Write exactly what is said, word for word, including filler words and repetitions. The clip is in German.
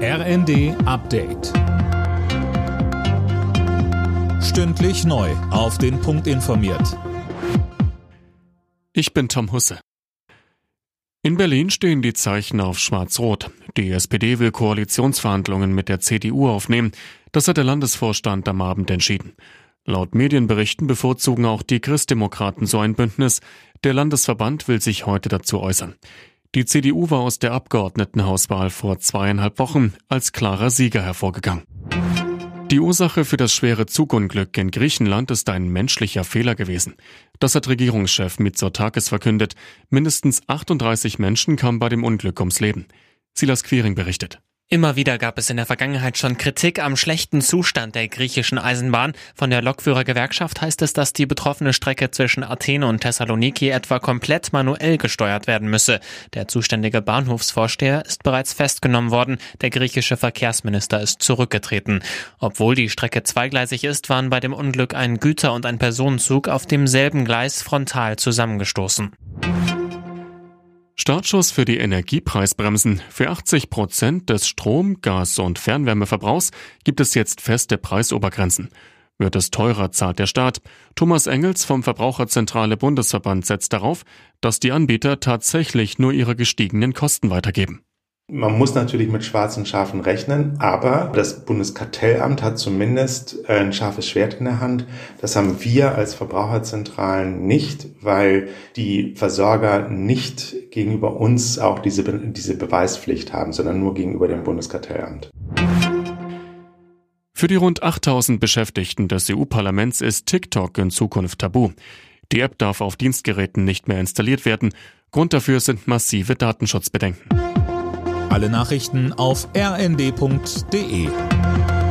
R N D Update. Stündlich neu auf den Punkt informiert. Ich bin Tom Husse. In Berlin stehen die Zeichen auf Schwarz-Rot. Die S P D will Koalitionsverhandlungen mit der C D U aufnehmen. Das hat der Landesvorstand am Abend entschieden. Laut Medienberichten bevorzugen auch die Christdemokraten so ein Bündnis. Der Landesverband will sich heute dazu äußern. Die C D U war aus der Abgeordnetenhauswahl vor zweieinhalb Wochen als klarer Sieger hervorgegangen. Die Ursache für das schwere Zugunglück in Griechenland ist ein menschlicher Fehler gewesen. Das hat Regierungschef Mitsotakis verkündet. Mindestens achtunddreißig Menschen kamen bei dem Unglück ums Leben. Silas Quiring berichtet. Immer wieder gab es in der Vergangenheit schon Kritik am schlechten Zustand der griechischen Eisenbahn. Von der Lokführergewerkschaft heißt es, dass die betroffene Strecke zwischen Athen und Thessaloniki etwa komplett manuell gesteuert werden müsse. Der zuständige Bahnhofsvorsteher ist bereits festgenommen worden. Der griechische Verkehrsminister ist zurückgetreten. Obwohl die Strecke zweigleisig ist, waren bei dem Unglück ein Güter- und ein Personenzug auf demselben Gleis frontal zusammengestoßen. Startschuss für die Energiepreisbremsen. Für achtzig Prozent des Strom-, Gas- und Fernwärmeverbrauchs gibt es jetzt feste Preisobergrenzen. Wird es teurer, zahlt der Staat. Thomas Engels vom Verbraucherzentrale Bundesverband setzt darauf, dass die Anbieter tatsächlich nur ihre gestiegenen Kosten weitergeben. Man muss natürlich mit schwarzen Schafen rechnen, aber das Bundeskartellamt hat zumindest ein scharfes Schwert in der Hand. Das haben wir als Verbraucherzentralen nicht, weil die Versorger nicht gegenüber uns auch diese, diese Beweispflicht haben, sondern nur gegenüber dem Bundeskartellamt. Für die rund achttausend Beschäftigten des E U-Parlaments ist TikTok in Zukunft tabu. Die App darf auf Dienstgeräten nicht mehr installiert werden. Grund dafür sind massive Datenschutzbedenken. Alle Nachrichten auf r n d punkt d e.